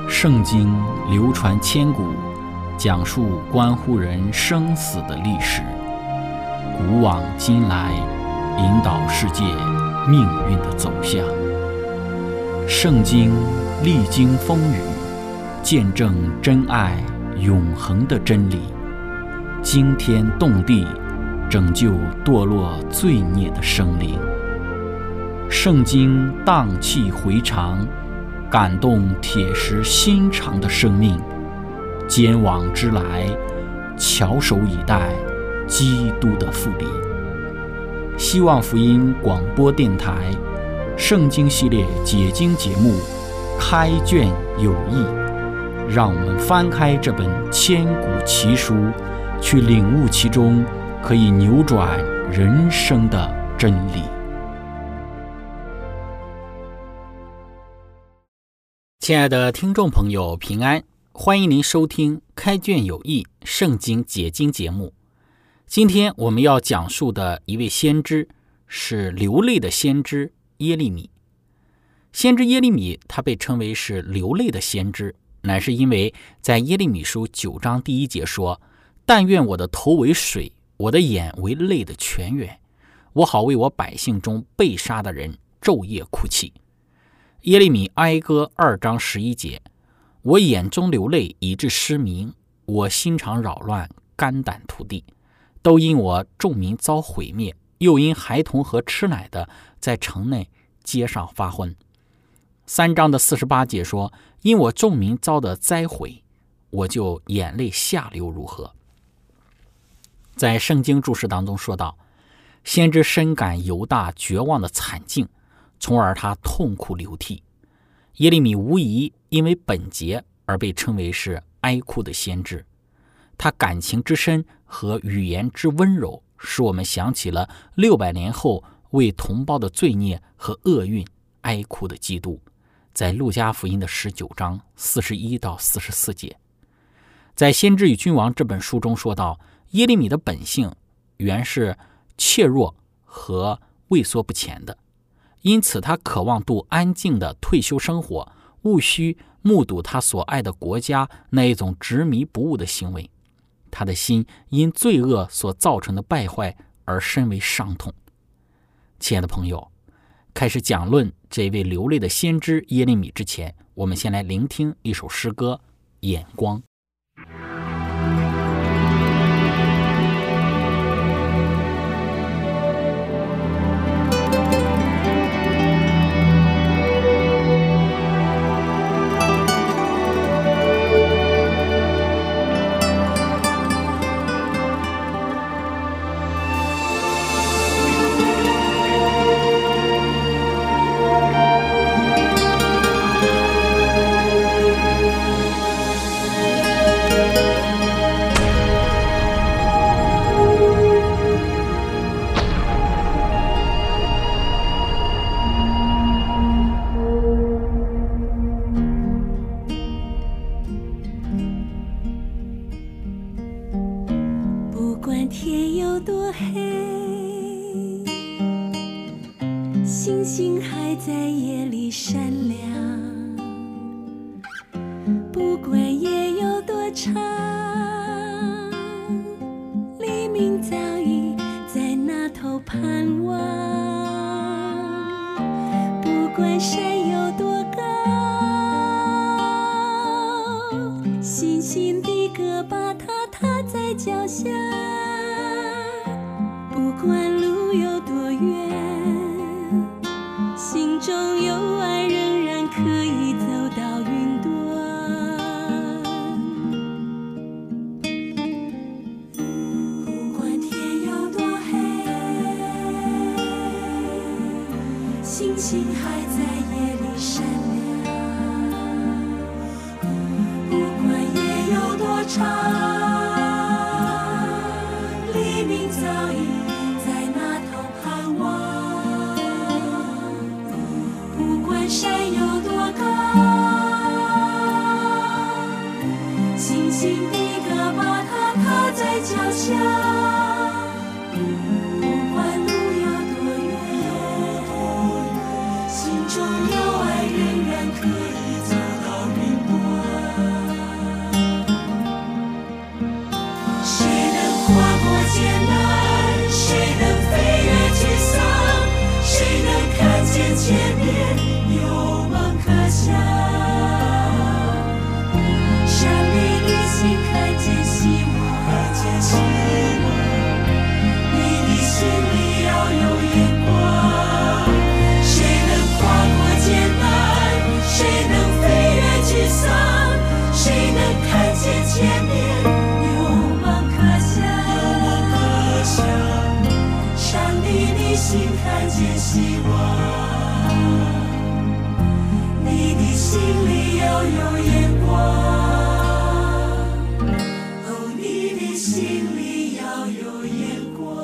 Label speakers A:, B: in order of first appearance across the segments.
A: 圣经流传千古，讲述关乎人生死的历史，古往今来，引导世界命运的走向。圣经历经风雨，见证真爱永恒的真理，惊天动地，拯救堕落罪孽的生灵。圣经荡气回肠，感动铁石心肠的生命，坚往之来，翘首以待基督的复临。希望福音广播电台圣经系列解经节目开卷有益，让我们翻开这本千古奇书，去领悟其中可以扭转人生的真理。亲爱的听众朋友，平安，欢迎您收听开卷有益圣经解经节目。今天我们要讲述的一位先知是流泪的先知耶利米。先知耶利米他被称为是流泪的先知，乃是因为在耶利米书9章第1节说：但愿我的头为水，我的眼为泪的泉源，我好为我百姓中被杀的人昼夜哭泣。耶利米哀歌2章11节：我眼中流泪以致失明，我心肠扰乱，肝胆涂地，都因我众民遭毁灭，又因孩童和吃奶的在城内街上发昏。3章的48节说：因我众民遭的灾毁，我就眼泪下流如河。在圣经注释当中说到，先知深感犹大绝望的惨境，从而他痛哭流涕。耶利米无疑因为本节而被称为是哀哭的先知，他感情之深和语言之温柔，使我们想起了600年后为同胞的罪孽和厄运哀哭的基督，在路加福音的19章41到44节。在先知与君王这本书中说到，耶利米的本性原是怯弱和畏缩不前的，因此他渴望度安静的退休生活，务须目睹他所爱的国家那一种执迷不悟的行为。他的心因罪恶所造成的败坏而深为伤痛。亲爱的朋友，开始讲论这位流泪的先知耶利米之前，我们先来聆听一首诗歌《眼光》。
B: 星星还在夜里闪亮，不管夜有多长，黎明早已在那头盼望。不管山有多高，星星的歌把它踏在脚下。不管路有多远，心中有爱，仍然可以走到云端。不管天有多黑，星星还在夜里闪亮。不管夜有多长，黎明早已在那头盼望。山有多高，星星的歌把它踏在脚下。不管路有多远，心中有爱，仍然可以走到云端。 前面有梦可想，上帝的心看见希望，看见希望，你的心里要有眼光，谁能跨过艰难，谁能飞越沮丧，谁能看见前面有梦可想，上帝的心看见希望，你的心里要有眼光，哦，你的心里要有眼光。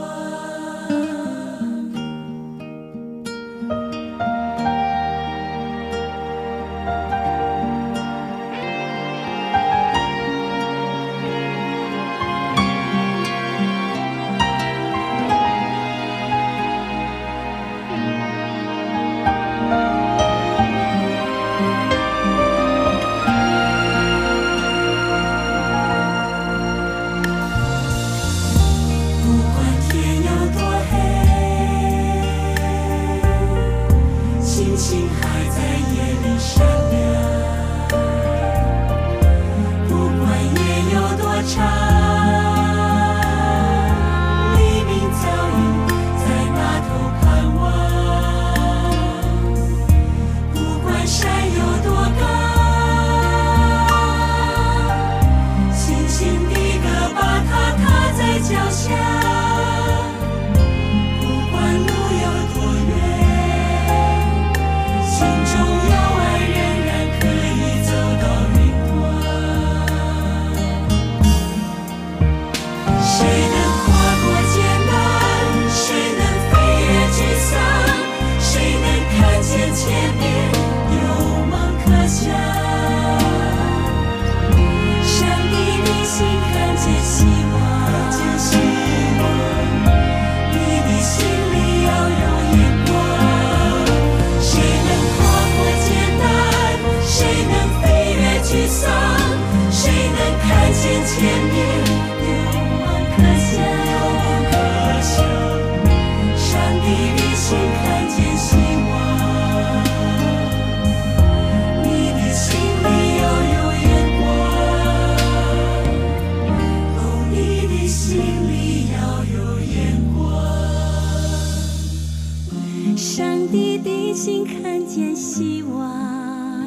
B: 上帝的心看见希望，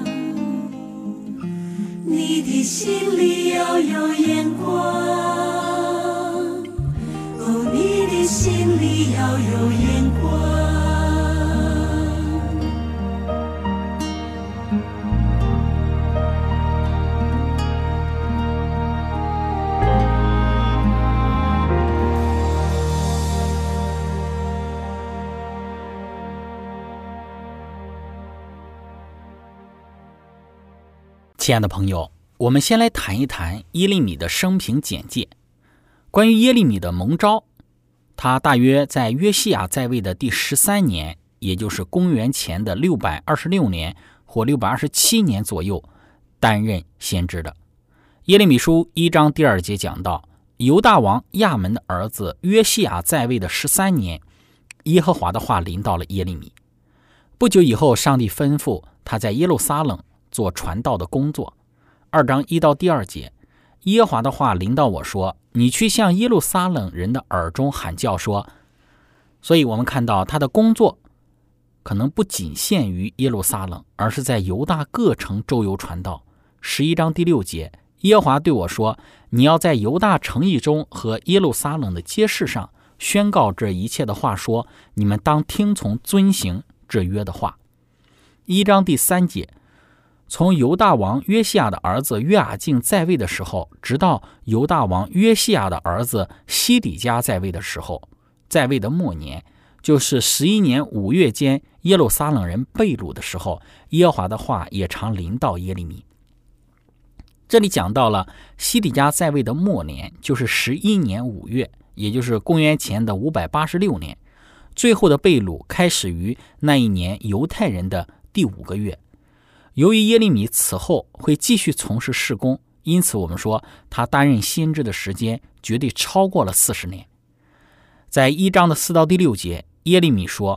B: 你的心里要有眼光，哦，你的心里要有眼光。
A: 亲爱的朋友，我们先来谈一谈耶利米的生平简介。关于耶利米的蒙召，他大约在约西亚在位的第13年，也就是公元前的626年或627年左右担任先知的。耶利米书1章第2节讲到，犹大王亚门的儿子约西亚在位的13年，耶和华的话临到了耶利米。不久以后，上帝吩咐他在耶路撒冷做传道的工作。2章1到第2节，耶和华的话临到我说，你去向耶路撒冷人的耳中喊叫说。所以我们看到他的工作可能不仅限于耶路撒冷，而是在犹大各城周游传道。11章第6节，耶和华对我说，你要在犹大城邑中和耶路撒冷的街市上宣告这一切的话，说你们当听从遵行这约的话。1章第3节，从犹大王约西亚的儿子约雅敬在位的时候，直到犹大王约西亚的儿子西底家在位的时候，在位的末年，就是11年5月间，耶路撒冷人被掳的时候，耶和华的话也常临到耶利米。这里讲到了西底家在位的末年，就是11年5月，也就是公元前的586年。最后的被掳开始于那一年犹太人的第5个月。由于耶利米此后会继续从事事工，因此我们说他担任先知的时间绝对超过了40年。在1章的4到第6节，耶利米说，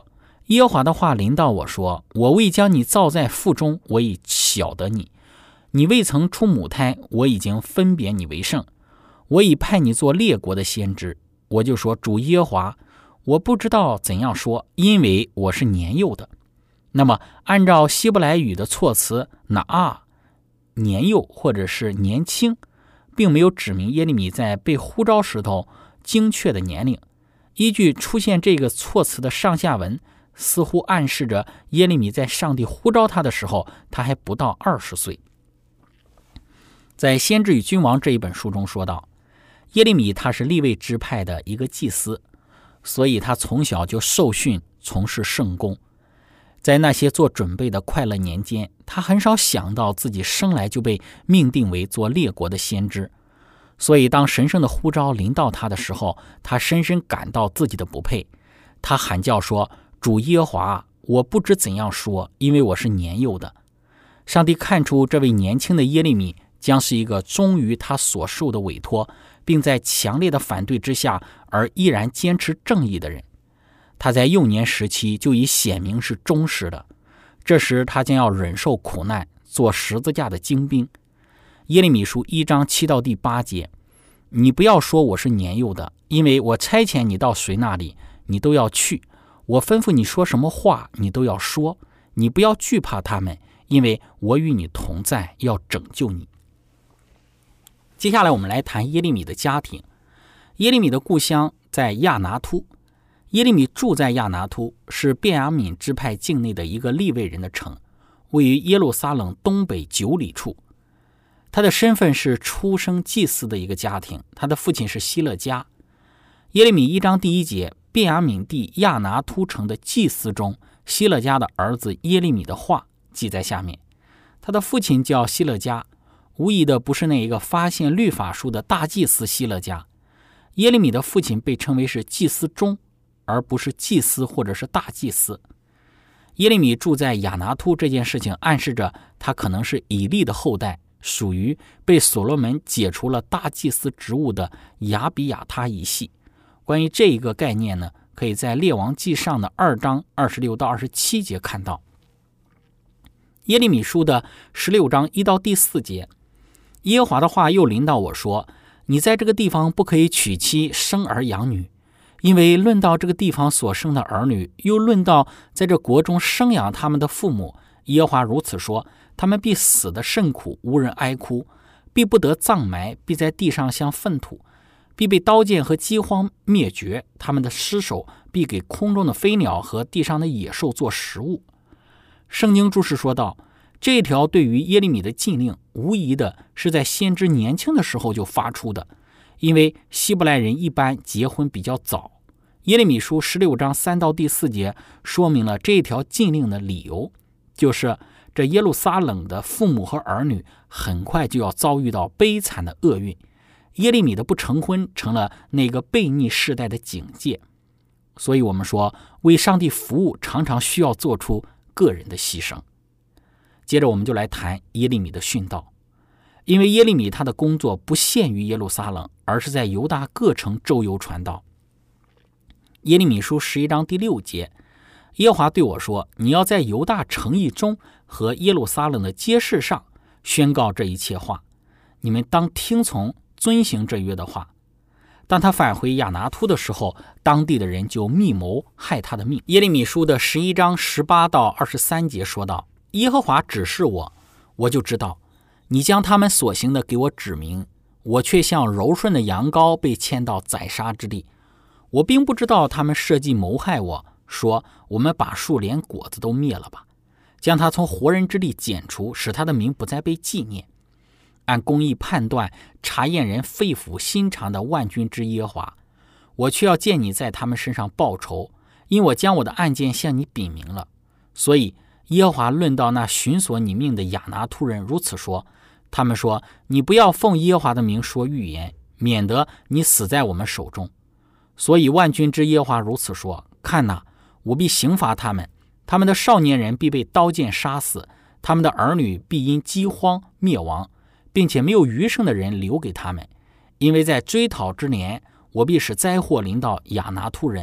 A: 耶和华的话临到我说，我未将你造在腹中，我已晓得你，你未曾出母胎，我已经分别你为圣，我已派你做列国的先知。我就说，主耶和华，我不知道怎样说，因为我是年幼的。那么按照希伯来语的措辞，年幼或者是年轻，并没有指明耶利米在被呼召时候精确的年龄。依据出现这个措辞的上下文，似乎暗示着耶利米在上帝呼召他的时候，他还不到20岁。在《先知与君王》这一本书中说到，耶利米他是利未支派的一个祭司，所以他从小就受训从事圣工。在那些做准备的快乐年间，他很少想到自己生来就被命定为做列国的先知，所以当神圣的呼召临到他的时候，他深深感到自己的不配。他喊叫说，主耶和华，我不知怎样说，因为我是年幼的。上帝看出这位年轻的耶利米将是一个忠于他所受的委托，并在强烈的反对之下而依然坚持正义的人。他在幼年时期就已显明是忠实的，这时他将要忍受苦难，做十字架的精兵。耶利米书1章7到第8节，你不要说我是年幼的，因为我差遣你到谁那里，你都要去，我吩咐你说什么话，你都要说，你不要惧怕他们，因为我与你同在，要拯救你。接下来我们来谈耶利米的家庭。耶利米的故乡在亚拿突，耶利米住在亚拿突，是便雅悯支派境内的一个利未人的城，位于耶路撒冷东北9里处。他的身份是出生祭司的一个家庭，他的父亲是希勒家。耶利米1章第1节，便雅悯地亚拿突城的祭司中，希勒家的儿子耶利米的话记在下面。他的父亲叫希勒家，无疑的不是那一个发现律法书的大祭司希勒家。耶利米的父亲被称为是祭司中，而不是祭司或者是大祭司。耶利米住在亚拿突这件事情暗示着他可能是以利的后代，属于被所罗门解除了大祭司职务的亚比亚他一系。关于这一个概念呢，可以在列王记上的2章26到27节看到。耶利米书的16章1到第4节，耶和华的话又临到我说，你在这个地方不可以娶妻生儿养女，因为论到这个地方所生的儿女，又论到在这国中生养他们的父母，耶和华如此说，他们必死得甚苦，无人哀哭，必不得葬埋，必在地上像粪土，必被刀剑和饥荒灭绝，他们的尸首必给空中的飞鸟和地上的野兽做食物。圣经注释说道，这条对于耶利米的禁令无疑的是在先知年轻的时候就发出的，因为希伯来人一般结婚比较早。耶利米书16章3到第4节说明了这条禁令的理由，就是这耶路撒冷的父母和儿女很快就要遭遇到悲惨的厄运。耶利米的不成婚成了那个悖逆世代的警戒。所以我们说，为上帝服务常常需要做出个人的牺牲。接着我们就来谈耶利米的殉道。因为耶利米他的工作不限于耶路撒冷，而是在犹大各城周游传道。耶利米书11章第6节，耶和华对我说，你要在犹大城邑中和耶路撒冷的街市上宣告这一切话，你们当听从遵行这约的话。当他返回亚拿突的时候，当地的人就密谋害他的命。耶利米书的11章18到23节说道，耶和华指示我，我就知道，你将他们所行的给我指明，我却像柔顺的羊羔被牵到宰杀之地。我并不知道他们设计谋害我，说我们把树连果子都灭了吧，将他从活人之地剪除，使他的名不再被纪念。按公义判断查验人肺腑心肠的万军之耶和华，我却要见你在他们身上报仇，因我将我的案件向你禀明了。所以耶和华论到那寻索你命的亚拿突人如此说，他们说，你不要奉耶和华的名说预言，免得你死在我们手中。所以万军之耶和华如此说，看哪，我必刑罚他们，他们的少年人必被刀剑杀死，他们的儿女必因饥荒灭亡，并且没有余剩的人留给他们。因为在追讨之年，我必使灾祸临到亚拿突人，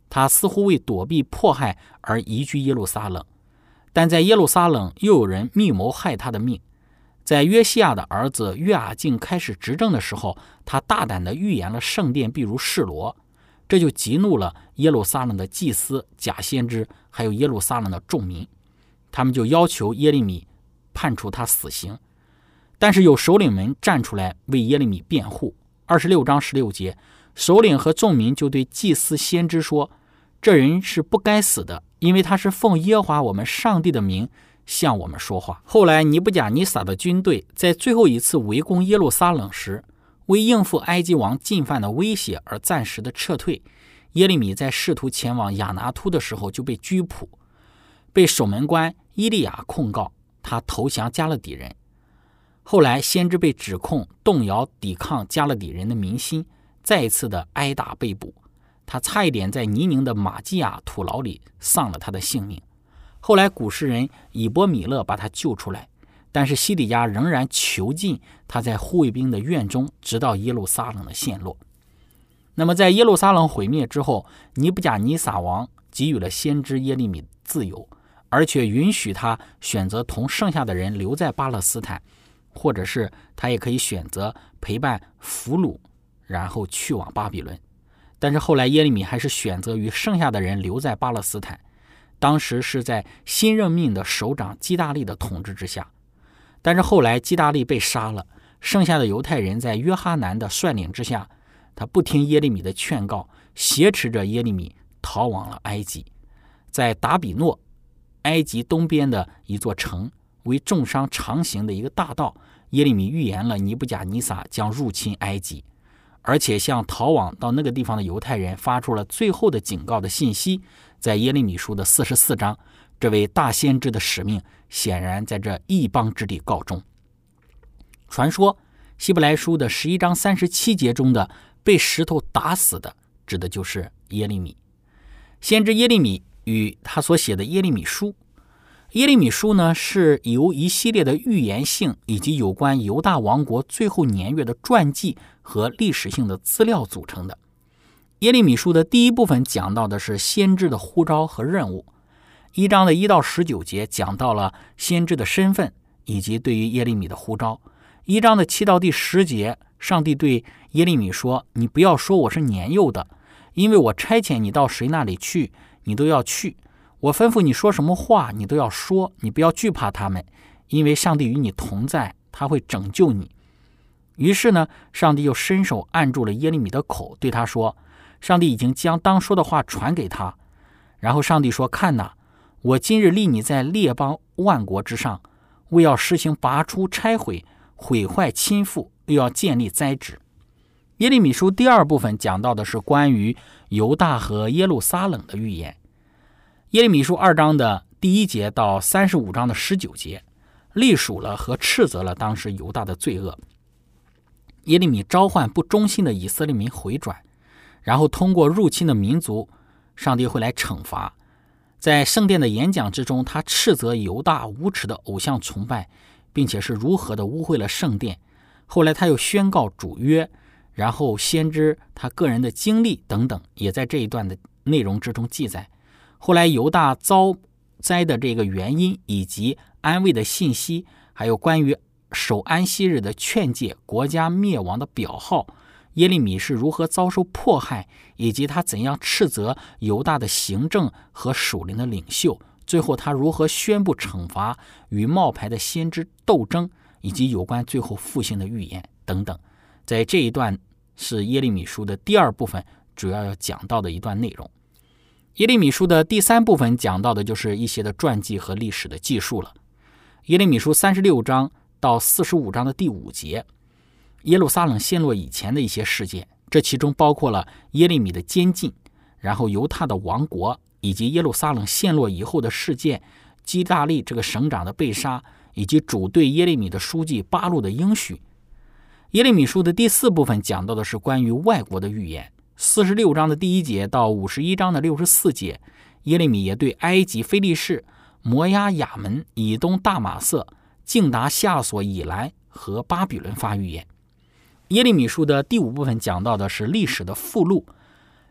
A: 他似乎为躲避迫害而移居耶路撒冷，但在耶路撒冷又有人密谋害他的命。在约西亚的儿子约雅敬开始执政的时候，他大胆地预言了圣殿必如示罗，这就激怒了耶路撒冷的祭司、假先知，还有耶路撒冷的众民。他们就要求耶利米判处他死刑，但是有首领们站出来为耶利米辩护。26章16节，首领和众民就对祭司先知说，这人是不该死的，因为他是奉耶和华我们上帝的名向我们说话。后来尼布甲尼撒的军队在最后一次围攻耶路撒冷时，为应付埃及王进犯的威胁而暂时的撤退。耶利米在试图前往亚拿突的时候就被拘捕，被守门官伊利亚控告他投降加勒底人。后来先知被指控动摇抵抗加勒底人的民心，再一次的挨打被捕，他差一点在泥泞的马基亚土牢里丧了他的性命。后来古实人以伯米勒把他救出来，但是西底家仍然囚禁他在护卫兵的院中，直到耶路撒冷的陷落。那么在耶路撒冷毁灭之后，尼布甲尼撒王给予了先知耶利米自由，而且允许他选择同剩下的人留在巴勒斯坦，或者是他也可以选择陪伴俘虏，然后去往巴比伦。但是后来耶利米还是选择与剩下的人留在巴勒斯坦，当时是在新任命的首长基大利的统治之下。但是后来基大利被杀了，剩下的犹太人在约哈南的率领之下，他不听耶利米的劝告，挟持着耶利米逃往了埃及。在达比诺，埃及东边的一座城，为重伤长行的一个大道，耶利米预言了尼布甲尼撒将入侵埃及，而且向逃往到那个地方的犹太人发出了最后的警告的信息。在耶利米书的44章，这位大先知的使命显然在这异邦之地告终。传说希伯来书的11章37节中的被石头打死的，指的就是耶利米。先知耶利米与他所写的耶利米书，耶利米书呢，是由一系列的预言性以及有关犹大王国最后年月的传记和历史性的资料组成的。耶利米书的第一部分讲到的是先知的呼召和任务，1章的1到19节讲到了先知的身份以及对于耶利米的呼召。1章的7到第10节，上帝对耶利米说，你不要说我是年幼的，因为我差遣你到谁那里去，你都要去，我吩咐你说什么话，你都要说，你不要惧怕他们，因为上帝与你同在，他会拯救你。于是呢，上帝又伸手按住了耶利米的口，对他说，上帝已经将当说的话传给他。然后上帝说，看哪，我今日立你在列邦万国之上，为要实行拔出、拆毁、毁坏、倾覆，又要建立栽植。耶利米书第二部分讲到的是关于犹大和耶路撒冷的预言。耶利米书2章的第1节到35章的19节，历数了和斥责了当时犹大的罪恶。耶利米召唤不忠心的以色列民回转，然后通过入侵的民族，上帝会来惩罚。在圣殿的演讲之中，他斥责犹大无耻的偶像崇拜，并且是如何的污秽了圣殿。后来他又宣告主约，然后先知他个人的经历等等，也在这一段的内容之中记载。后来犹大遭灾的这个原因，以及安慰的信息，还有关于守安息日的劝诫、国家灭亡的表号，耶利米是如何遭受迫害，以及他怎样斥责犹大的行政和属灵的领袖，最后他如何宣布惩罚与冒牌的先知斗争，以及有关最后复兴的预言等等。在这一段是耶利米书的第二部分主要讲到的一段内容。耶利米书的第3部分讲到的就是一些的传记和历史的记述了。耶利米书36章到45章的第5节，耶路撒冷陷落以前的一些事件，这其中包括了耶利米的监禁，然后犹大的亡国，以及耶路撒冷陷落以后的事件，基大利这个省长的被杀，以及主对耶利米的书记巴录的应许。耶利米书的第4部分讲到的是关于外国的预言，46章的第1节到51章的64节，耶利米也对埃及、非利士、摩押、亚门、以东、大马色、敬达、夏所、以兰和巴比伦发预言。耶利米书的第5部分讲到的是历史的附录，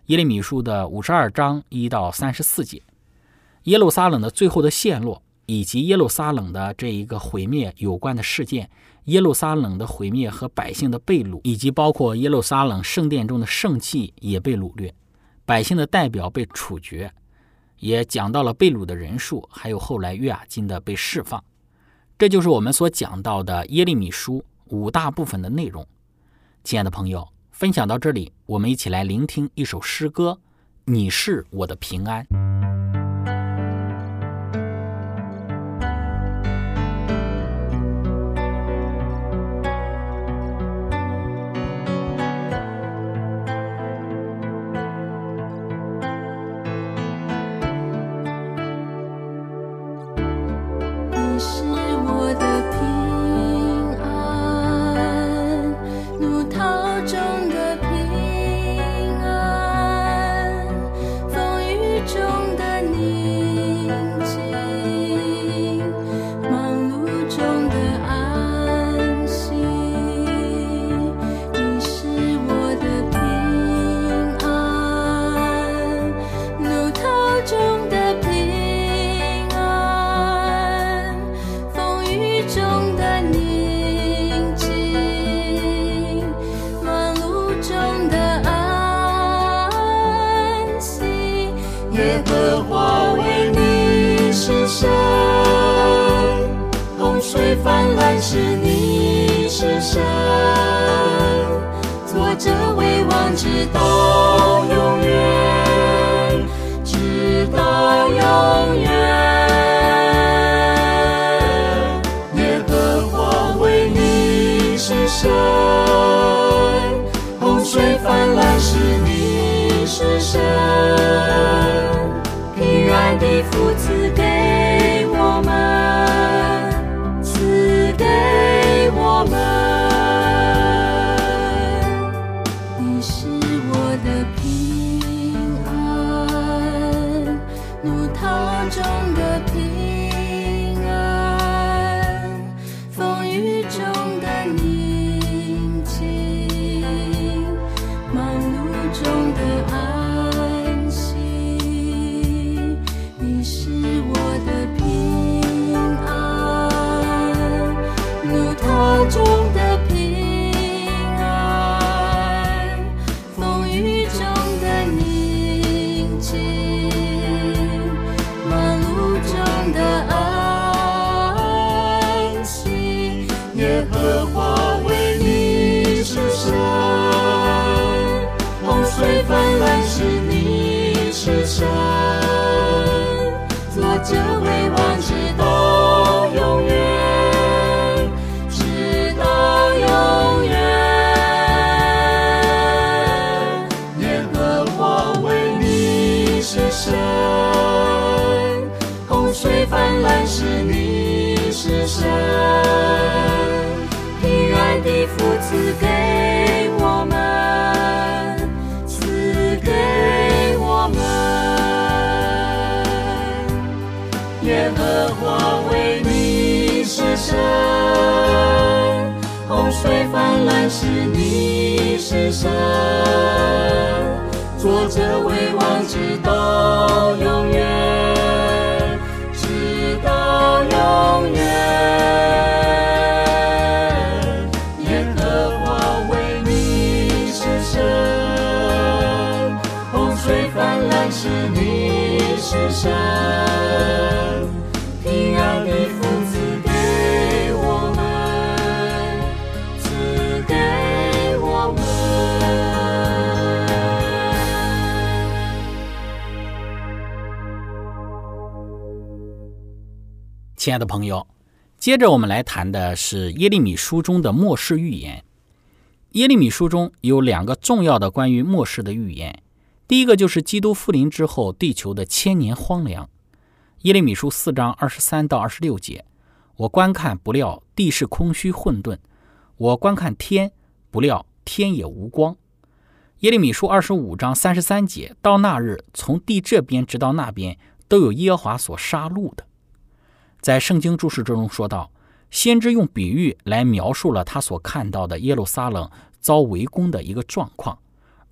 A: 耶利米书的52章1到34节。耶路撒冷的最后的陷落，以及耶路撒冷的这一个毁灭有关的事件，耶路撒冷的毁灭和百姓的被掳，以及包括耶路撒冷圣殿中的圣器也被掳掠，百姓的代表被处决，也讲到了被掳的人数，还有后来约雅斤的被释放。这就是我们所讲到的耶利米书5大部分的内容。亲爱的朋友，分享到这里，我们一起来聆听一首诗歌，你是我的平安。
B: 你是我的平安，怒涛中的平安，风雨中的宁静，忙碌中的安息。你是我的平安，怒涛中的平安，风雨中的宁静，忙碌中的安息。耶和华为你是神，洪水泛滥时你是神，坐着为王直到永远，直到永远。耶和华为你是神，洪水泛滥时你是神，平安的福赐给我们，赐给我们。你是我的平安，怒涛中的平安，风雨中的宁静，忙碌中的安息。你是我的平安，怒涛中的平安，风雨中的宁静，忙碌中的安息。耶和华为你是神，洪水泛滥时你是神，坐着为王直到永远，直到永远。耶和华为你是神，洪水泛滥时你是神，平安的福赐给我们，赐给我们。耶和华为你是神，洪水泛滥时你是神，坐着为王直到永远，直到永远。耶和华为你是神，洪水泛滥时你是神，平安的福赐给我们，赐给我们。
A: 亲爱的朋友，接着我们来谈的是耶利米书中的末世预言。耶利米书中有2个重要的关于末世的预言，第一个就是基督复临之后地球的1000年荒凉。耶利米书4章23到26节，我观看，不料地是空虚混沌，我观看天，不料天也无光。耶利米书25章33节，到那日，从地这边直到那边，都有耶和华所杀戮的。在圣经注释之中说到，先知用比喻来描述了他所看到的耶路撒冷遭围攻的一个状况，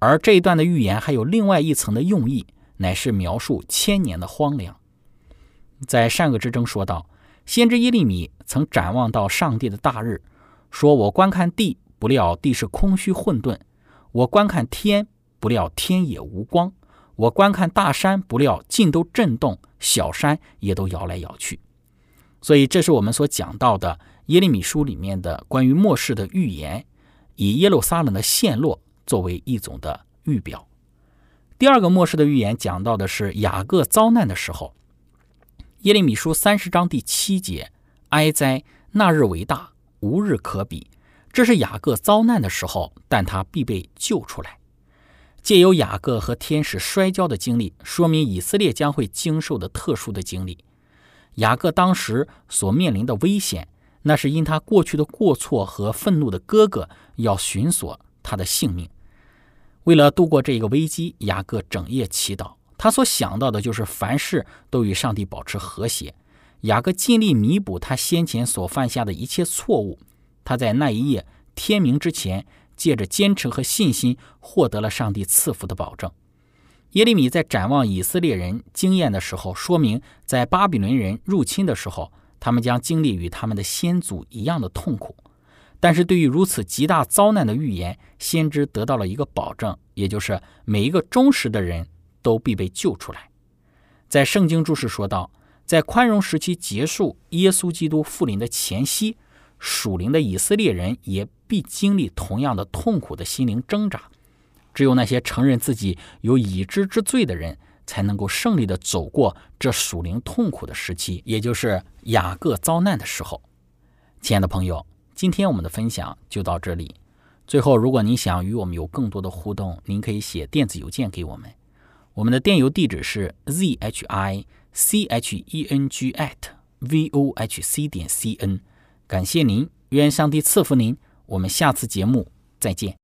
A: 而这一段的预言还有另外一层的用意，乃是描述1000年的荒凉。在善恶之争说道，先知耶利米曾展望到上帝的大日，说我观看地，不料地是空虚混沌，我观看天，不料天也无光，我观看大山，不料尽都震动，小山也都摇来摇去。所以这是我们所讲到的耶利米书里面的关于末世的预言，以耶路撒冷的陷落作为一种的预表。第二个末世的预言讲到的是雅各遭难的时候。耶利米书30章第7节，哀哉，那日为大，无日可比。这是雅各遭难的时候，但他必被救出来。借由雅各和天使摔跤的经历，说明以色列将会经受的特殊的经历。雅各当时所面临的危险，那是因他过去的过错和愤怒的哥哥要寻索他的性命。为了度过这个危机，雅各整夜祈祷，他所想到的就是凡事都与上帝保持和谐。雅各尽力弥补他先前所犯下的一切错误。他在那一夜天明之前，借着坚持和信心获得了上帝赐福的保证。耶利米在展望以色列人经验的时候，说明在巴比伦人入侵的时候，他们将经历与他们的先祖一样的痛苦。但是对于如此极大遭难的预言，先知得到了一个保证，也就是每一个忠实的人都必被救出来。在圣经注释说道，在宽容时期结束，耶稣基督复临的前夕，属灵的以色列人也必经历同样的痛苦的心灵挣扎。只有那些承认自己有已知之罪的人，才能够胜利地走过这属灵痛苦的时期，也就是雅各遭难的时候。亲爱的朋友，今天我们的分享就到这里。最后，如果您想与我们有更多的互动，您可以写电子邮件给我们。我们的电邮地址是 zhicheng@vohc.cn。感谢您，愿上帝赐福您。我们下次节目再见。